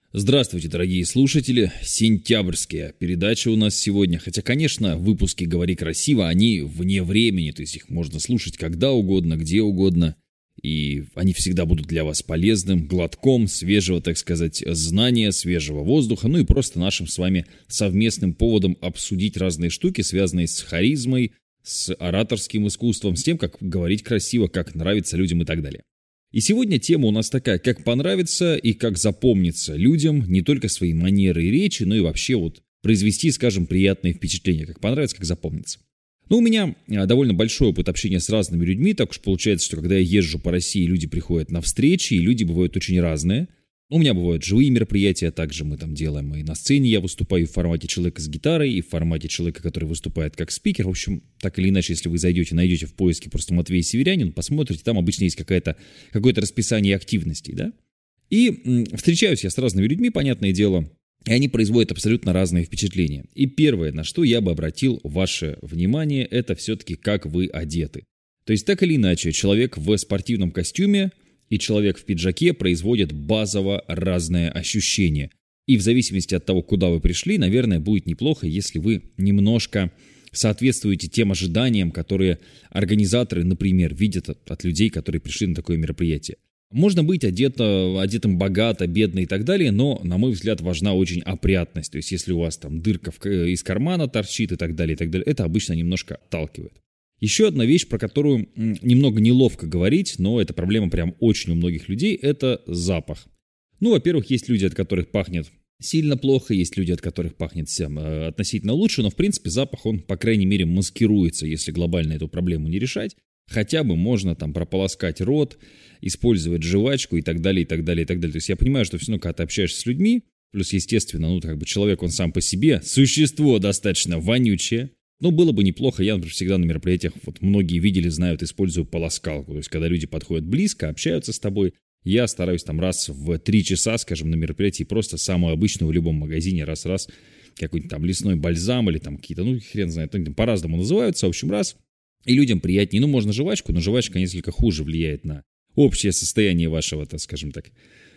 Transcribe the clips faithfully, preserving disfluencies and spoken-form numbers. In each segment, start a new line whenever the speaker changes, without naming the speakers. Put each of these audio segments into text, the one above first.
Здравствуйте, дорогие слушатели. Сентябрьская передача у нас сегодня. Хотя, конечно, выпуски «Говори красиво», они вне времени, то есть их можно слушать когда угодно, где угодно. И они всегда будут для вас полезным, глотком свежего, так сказать, знания, свежего воздуха, ну и просто нашим с вами совместным поводом обсудить разные штуки, связанные с харизмой, с ораторским искусством, с тем, как говорить красиво, как нравится людям и так далее. И сегодня тема у нас такая, как понравится и как запомнится людям не только свои манеры и речи, но и вообще вот произвести, скажем, приятные впечатления, как понравится, как запомнится. Ну, у меня довольно большой опыт общения с разными людьми, так уж получается, что когда я езжу по России, люди приходят на встречи, и люди бывают очень разные. У меня бывают живые мероприятия, также мы там делаем и на сцене я выступаю в формате человека с гитарой, и в формате человека, который выступает как спикер. В общем, так или иначе, если вы зайдете, найдете в поиске просто Матвей Северянин, посмотрите, там обычно есть какая-то, какое-то расписание активностей, да. И м, встречаюсь я с разными людьми, понятное дело, и они производят абсолютно разные впечатления. И первое, на что я бы обратил ваше внимание, это все-таки как вы одеты. То есть так или иначе, человек в спортивном костюме и человек в пиджаке производят базово разное ощущение. И в зависимости от того, куда вы пришли, наверное, будет неплохо, если вы немножко соответствуете тем ожиданиям, которые организаторы, например, видят от, от людей, которые пришли на такое мероприятие. Можно быть одето, одетым богато, бедно и так далее, но, на мой взгляд, важна очень опрятность. То есть, если у вас там дырка в, из кармана торчит и так далее, и так далее, это обычно немножко отталкивает. Еще одна вещь, про которую немного неловко говорить, но это проблема прям очень у многих людей, это запах. Ну, во-первых, есть люди, от которых пахнет сильно плохо, есть люди, от которых пахнет всем э, относительно лучше, но, в принципе, запах, он, по крайней мере, маскируется, если глобально эту проблему не решать. Хотя бы можно там прополоскать рот, использовать жвачку и так далее, и так далее, и так далее. То есть я понимаю, что все равно, когда ты общаешься с людьми, плюс, естественно, ну, как бы человек, он сам по себе, существо достаточно вонючее. Но было бы неплохо, я, например, всегда на мероприятиях, вот многие видели, знают, использую полоскалку. То есть, когда люди подходят близко, общаются с тобой, я стараюсь там раз в три часа, скажем, на мероприятии просто самую обычную в любом магазине, раз-раз, какой-нибудь там лесной бальзам или там какие-то, ну, хрен знает, по-разному называются, в общем, раз. И людям приятнее. Ну, можно жвачку, но жвачка несколько хуже влияет на общее состояние вашего, так скажем так,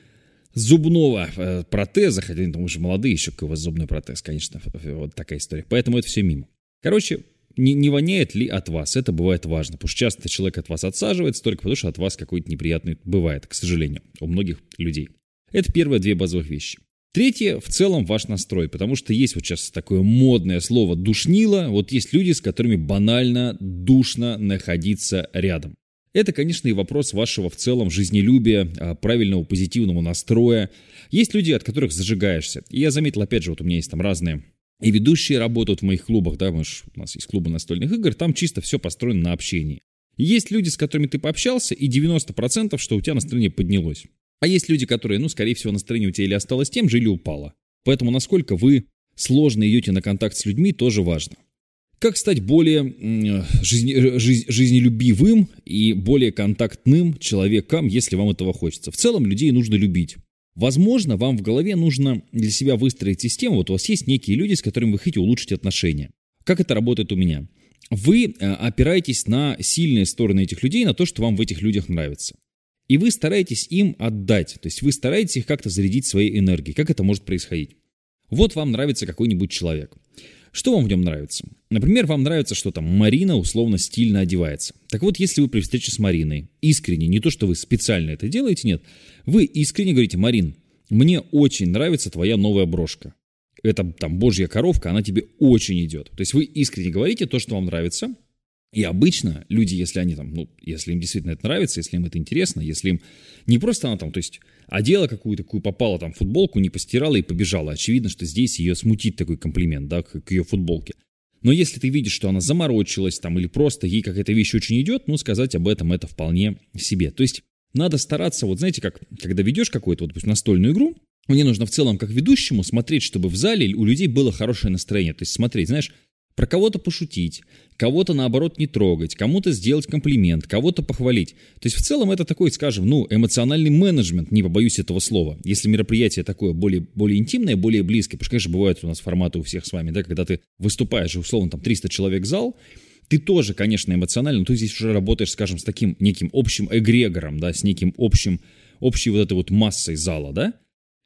зубного э, протеза. Хотя вы же молодые, еще какой у вас зубной протез, конечно, вот такая история. Поэтому это все мимо. Короче, не, не воняет ли от вас? Это бывает важно, потому что часто человек от вас отсаживается только потому, что от вас какой-то неприятный бывает, к сожалению, у многих людей. Это первые две базовых вещи. Третье, в целом, ваш настрой, потому что есть вот сейчас такое модное слово «душнило», вот есть люди, с которыми банально душно находиться рядом. Это, конечно, и вопрос вашего в целом жизнелюбия, правильного позитивного настроя. Есть люди, от которых зажигаешься. И я заметил, опять же, вот у меня есть там разные и ведущие работают в моих клубах, да, у нас есть клубы настольных игр, там чисто все построено на общении. И есть люди, с которыми ты пообщался, и девяносто процентов, что у тебя настроение поднялось. А есть люди, которые, ну, скорее всего, настроение у тебя или осталось тем же, или упало. Поэтому насколько вы сложно идете на контакт с людьми, тоже важно. Как стать более жизни, жизнь, жизнелюбивым и более контактным человеком, если вам этого хочется? В целом, людей нужно любить. Возможно, вам в голове нужно для себя выстроить систему. Вот у вас есть некие люди, с которыми вы хотите улучшить отношения. Как это работает у меня? Вы опираетесь на сильные стороны этих людей, на то, что вам в этих людях нравится. И вы стараетесь им отдать. То есть вы стараетесь их как-то зарядить своей энергией. Как это может происходить? Вот вам нравится какой-нибудь человек. Что вам в нем нравится? Например, вам нравится, что там Марина условно стильно одевается. Так вот, если вы при встрече с Мариной искренне, не то, что вы специально это делаете, нет, вы искренне говорите: Марин, мне очень нравится твоя новая брошка. Это там божья коровка, она тебе очень идет. То есть вы искренне говорите то, что вам нравится. И обычно люди, если они там, ну, если им действительно это нравится, если им это интересно, если им не просто она там, то есть одела какую-то такую, попала там футболку, не постирала и побежала. Очевидно, что здесь ее смутит такой комплимент, да, к, к ее футболке. Но если ты видишь, что она заморочилась там или просто ей какая-то вещь очень идет, ну, сказать об этом это вполне себе. То есть надо стараться, вот знаете, как, когда ведешь какую-то, вот, допустим, настольную игру, мне нужно в целом как ведущему смотреть, чтобы в зале у людей было хорошее настроение. То есть смотреть, знаешь, про кого-то пошутить, кого-то, наоборот, не трогать, кому-то сделать комплимент, кого-то похвалить. То есть, в целом, это такой, скажем, ну, эмоциональный менеджмент, не побоюсь этого слова. Если мероприятие такое более, более интимное, более близкое, потому что, конечно, бывают у нас форматы у всех с вами, да, когда ты выступаешь, условно, там, триста человек зал, ты тоже, конечно, эмоционально, но ты здесь уже работаешь, скажем, с таким неким общим эгрегором, да, с неким общим, общей вот этой вот массой зала, да.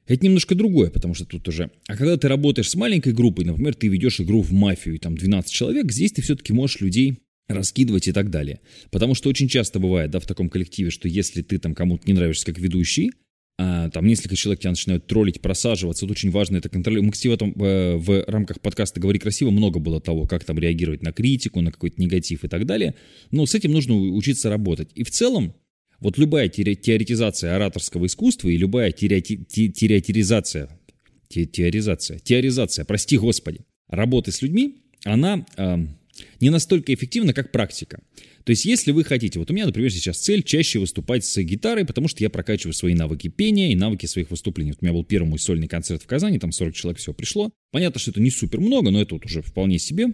Это немножко другое, потому что тут уже... А когда ты работаешь с маленькой группой, например, ты ведешь игру в мафию, и там двенадцать человек, здесь ты все-таки можешь людей раскидывать и так далее. Потому что очень часто бывает, да, в таком коллективе, что если ты там кому-то не нравишься как ведущий, а, там несколько человек тебя начинают троллить, просаживаться, вот очень важно это контролировать. Мы, кстати, в, этом, в, в рамках подкаста «Говори красиво» много было того, как там реагировать на критику, на какой-то негатив и так далее. Но с этим нужно учиться работать. И в целом, вот любая теоретизация ораторского искусства и любая теорети, те, теоретизация, те, теоризация, теоризация, прости господи, работы с людьми, она э, не настолько эффективна, как практика. То есть, если вы хотите, вот у меня, например, сейчас цель чаще выступать с гитарой, потому что я прокачиваю свои навыки пения и навыки своих выступлений. Вот у меня был первый мой сольный концерт в Казани, там сорок человек всего пришло. Понятно, что это не супер много, но это вот уже вполне себе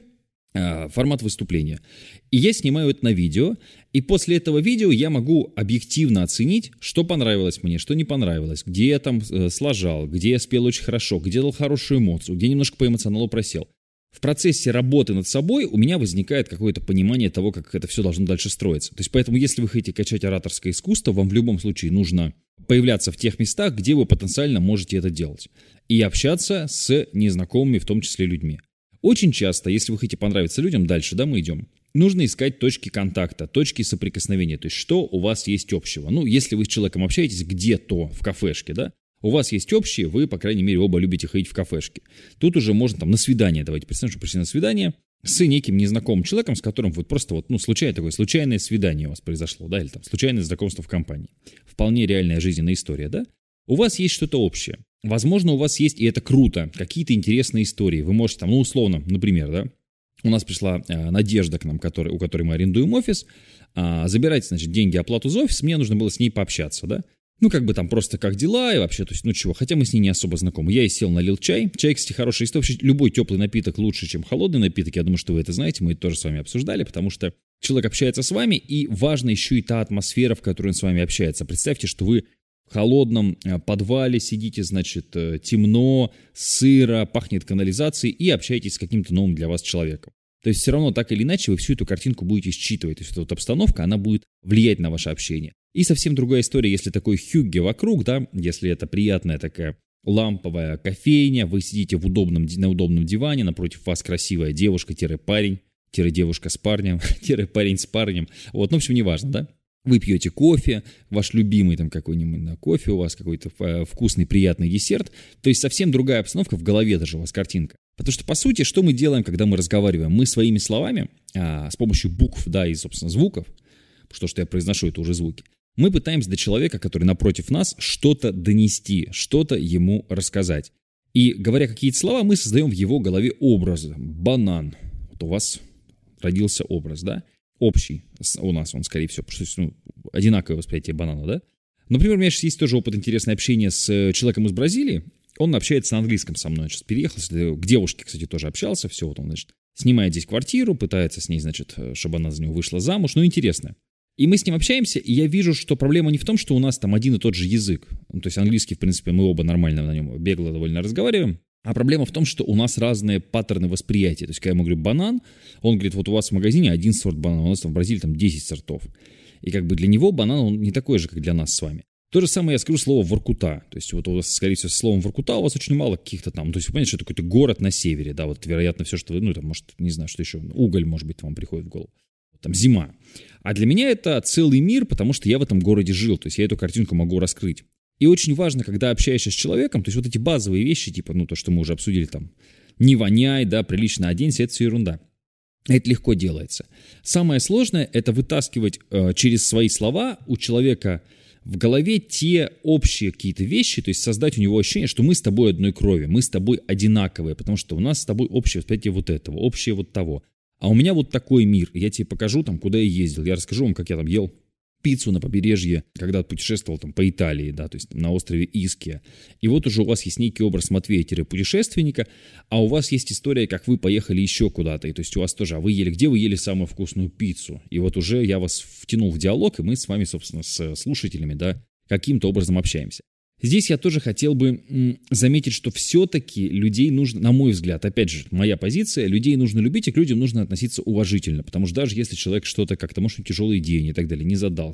формат выступления. И я снимаю это на видео, и после этого видео я могу объективно оценить, что понравилось мне, что не понравилось, где я там э, сложал, где я спел очень хорошо, где дал хорошую эмоцию, где немножко по эмоционалу просел. В процессе работы над собой у меня возникает какое-то понимание того, как это все должно дальше строиться. То есть поэтому, если вы хотите качать ораторское искусство, вам в любом случае нужно появляться в тех местах, где вы потенциально можете это делать. И общаться с незнакомыми, в том числе, людьми. Очень часто, если вы хотите понравиться людям, дальше, да, мы идем, нужно искать точки контакта, точки соприкосновения, то есть что у вас есть общего. Ну, если вы с человеком общаетесь где-то в кафешке, да, у вас есть общие, вы, по крайней мере, оба любите ходить в кафешки. Тут уже можно там на свидание, давайте представим, что пришли на свидание с неким незнакомым человеком, с которым вот просто вот, ну, случайно такое, случайное свидание у вас произошло, да, или там случайное знакомство в компании. Вполне реальная жизненная история, да. У вас есть что-то общее. Возможно, у вас есть, и это круто, какие-то интересные истории. Вы можете там, ну, условно, например, да, у нас пришла э, Надежда к нам, который, у которой мы арендуем офис, э, забирать, значит, деньги, оплату за офис, мне нужно было с ней пообщаться, да. Ну, как бы там просто как дела и вообще, то есть, ну чего, хотя мы с ней не особо знакомы. Я и сел, налил чай. Чай, кстати, хорошая история. Вообще, любой теплый напиток лучше, чем холодный напиток. Я думаю, что вы это знаете, мы это тоже с вами обсуждали, потому что человек общается с вами, и важна еще и та атмосфера, в которой он с вами общается. Представьте, что вы в холодном подвале сидите, значит, темно, сыро, пахнет канализацией и общаетесь с каким-то новым для вас человеком. То есть все равно так или иначе вы всю эту картинку будете считывать. То есть эта вот обстановка, она будет влиять на ваше общение. И совсем другая история, если такой хюгге вокруг, да, если это приятная такая ламповая кофейня, вы сидите в удобном, на удобном диване, напротив вас красивая девушка-парень, девушка с парнем, парень с парнем. Вот, ну, в общем, неважно, да. Вы пьете кофе, ваш любимый там какой-нибудь да, кофе, у вас какой-то вкусный, приятный десерт. То есть совсем другая обстановка, в голове даже у вас картинка. Потому что, по сути, что мы делаем, когда мы разговариваем? Мы своими словами, а, с помощью букв, да, и, собственно, звуков, потому что я произношу, это уже звуки, мы пытаемся до человека, который напротив нас, что-то донести, что-то ему рассказать. И, говоря какие-то слова, мы создаем в его голове образы. Банан. Вот у вас родился образ, да? Общий у нас, он, скорее всего, потому что ну, одинаковое восприятие банана, да? Например, у меня сейчас есть тоже опыт интересное общение с человеком из Бразилии. Он общается на английском со мной, сейчас переехал, к девушке, кстати, тоже общался, все, вот он, значит, снимает здесь квартиру, пытается с ней, значит, чтобы она за него вышла замуж, ну, интересно. И мы с ним общаемся, и я вижу, что проблема не в том, что у нас там один и тот же язык, ну, то есть английский, в принципе, мы оба нормально на нем бегло довольно разговариваем, а проблема в том, что у нас разные паттерны восприятия. То есть, когда я ему говорю «банан», он говорит, вот у вас в магазине один сорт банана, у нас там в Бразилии там десять сортов. И как бы для него банан, он не такой же, как для нас с вами. То же самое я скажу слово «воркута». То есть, вот у вас, скорее всего, с словом «воркута» у вас очень мало каких-то там... То есть, вы понимаете, что это какой-то город на севере, да, вот, вероятно, все, что вы... Ну, там, может, не знаю, что еще, уголь, может быть, вам приходит в голову. Там зима. А для меня это целый мир, потому что я в этом городе жил. То есть, я эту картинку могу раскрыть. И очень важно, когда общаешься с человеком, то есть вот эти базовые вещи, типа, ну, то, что мы уже обсудили, там, не воняй, да, прилично оденься, это все ерунда. Это легко делается. Самое сложное – это вытаскивать э, через свои слова у человека в голове те общие какие-то вещи, то есть создать у него ощущение, что мы с тобой одной крови, мы с тобой одинаковые, потому что у нас с тобой общее восприятие вот этого, общее вот того. А у меня вот такой мир, я тебе покажу, там, куда я ездил, я расскажу вам, как я там ел пиццу на побережье, когда путешествовал там по Италии, да, то есть там, на острове Иския. И вот уже у вас есть некий образ Матвея-путешественника, а у вас есть история, как вы поехали еще куда-то. И то есть у вас тоже, а вы ели, где вы ели самую вкусную пиццу? И вот уже я вас втянул в диалог, и мы с вами, собственно, с слушателями, да, каким-то образом общаемся. Здесь я тоже хотел бы м, заметить, что все-таки людей нужно, на мой взгляд, опять же, моя позиция, людей нужно любить, и к людям нужно относиться уважительно, потому что даже если человек что-то как-то, может, тяжелый день и так далее, не задался,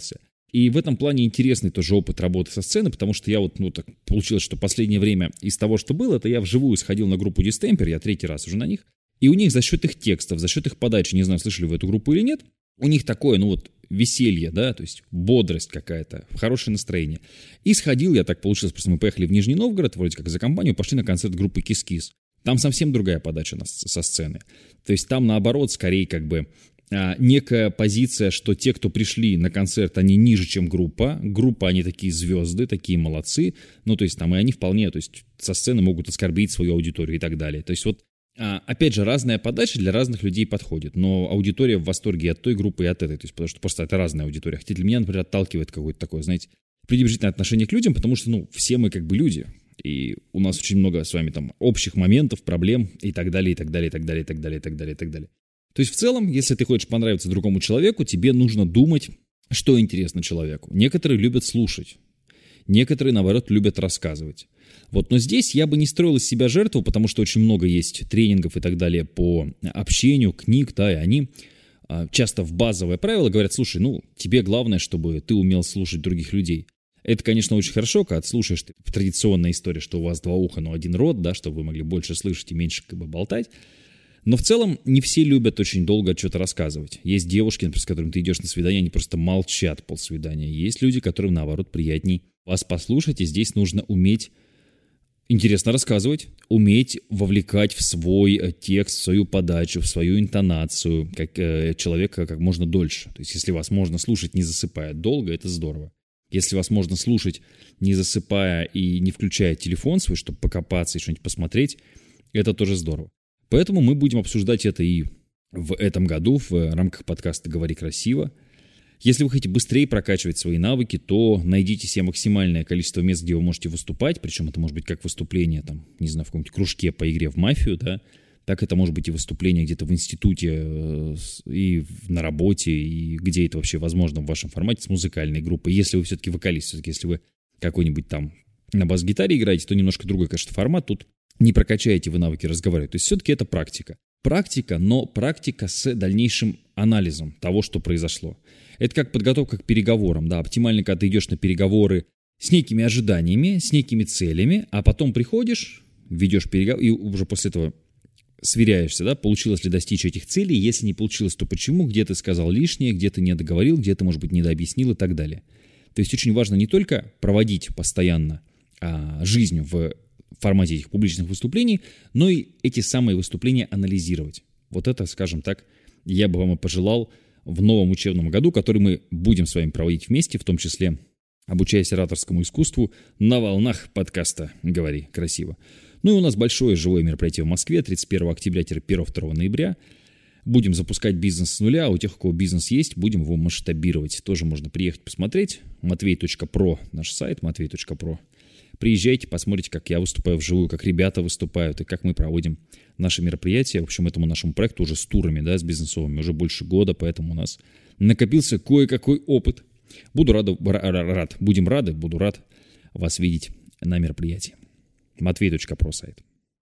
И в этом плане интересный тоже опыт работы со сцены, потому что я вот, ну, так получилось, что последнее время из того, что было, это я вживую сходил на группу Distemper, я третий раз уже на них, и у них за счет их текстов, за счет их подачи, не знаю, слышали вы эту группу или нет, у них такое, ну вот, веселье, да, то есть бодрость какая-то, хорошее настроение. И сходил я, так получилось, просто мы поехали в Нижний Новгород, вроде как за компанию, пошли на концерт группы Кис-Кис. Там совсем другая подача на, со сцены. То есть там, наоборот, скорее как бы а, некая позиция, что те, кто пришли на концерт, они ниже, чем группа. Группа, они такие звезды, такие молодцы. Ну, то есть там и они вполне, то есть со сцены могут оскорбить свою аудиторию и так далее. То есть вот, а, опять же, разная подача для разных людей подходит. Но аудитория в восторге от той группы и от этой. То есть потому что просто это разная аудитория. Хотя для меня, например, отталкивает какое-то такое, знаете, пренебрежительное отношение к людям, потому что, ну, все мы как бы люди. И у нас очень много с вами там общих моментов, проблем и так далее, и так далее, и так далее, и так далее, и так далее, и так далее. То есть в целом, если ты хочешь понравиться другому человеку, тебе нужно думать, что интересно человеку. Некоторые любят слушать, некоторые, наоборот, любят рассказывать. Вот, но здесь я бы не строил из себя жертву, потому что очень много есть тренингов и так далее по общению, книг, да, и они часто в базовое правило говорят: слушай, ну, тебе главное, чтобы ты умел слушать других людей. Это, конечно, очень хорошо, когда ты слушаешь, традиционная история, что у вас два уха, но один рот, да, чтобы вы могли больше слышать и меньше как бы болтать. Но в целом не все любят очень долго что-то рассказывать. Есть девушки, например, с которыми ты идешь на свидание, они просто молчат полсвидания. Есть люди, которым, наоборот, приятней вас послушать, и здесь нужно уметь интересно рассказывать, уметь вовлекать в свой текст, в свою подачу, в свою интонацию как, э, человека как можно дольше. То есть если вас можно слушать, не засыпая долго, это здорово. Если вас можно слушать, не засыпая и не включая телефон свой, чтобы покопаться и что-нибудь посмотреть, это тоже здорово. Поэтому мы будем обсуждать это и в этом году в рамках подкаста «Говори красиво». Если вы хотите быстрее прокачивать свои навыки, то найдите себе максимальное количество мест, где вы можете выступать. Причем это может быть как выступление, там, не знаю, в каком-нибудь кружке по игре в мафию, да, так это может быть и выступление где-то в институте, и на работе, и где это вообще возможно в вашем формате с музыкальной группой. Если вы все-таки вокалист, все-таки если вы какой-нибудь там на бас-гитаре играете, то немножко другой, конечно, формат. Тут не прокачаете вы навыки разговаривать. То есть все-таки это практика. Практика, но практика с дальнейшим анализом того, что произошло. Это как подготовка к переговорам. Да, оптимально, когда ты идешь на переговоры с некими ожиданиями, с некими целями, а потом приходишь, ведешь переговоры, и уже после этого сверяешься, да, получилось ли достичь этих целей. Если не получилось, то почему, где ты сказал лишнее, где ты не договорил, где ты, может быть, недообъяснил и так далее. То есть очень важно не только проводить постоянно а, жизнь в формате этих публичных выступлений, но и эти самые выступления анализировать. Вот это, скажем так, я бы вам и пожелал в новом учебном году, который мы будем с вами проводить вместе, в том числе обучаясь ораторскому искусству на волнах подкаста «Говори красиво». Ну и у нас большое живое мероприятие в Москве тридцать первого октября-первого-второго ноября. Будем запускать бизнес с нуля, а у тех, у кого бизнес есть, будем его масштабировать. Тоже можно приехать посмотреть. матвей точка про наш сайт, матвей точка про. Приезжайте, посмотрите, как я выступаю вживую, как ребята выступают и как мы проводим наши мероприятия. В общем, этому нашему проекту уже с турами, да, с бизнесовыми, уже больше года, поэтому у нас накопился кое-какой опыт. Буду рад, рад, будем рады, буду рад вас видеть на мероприятии. матвей точка про сайт.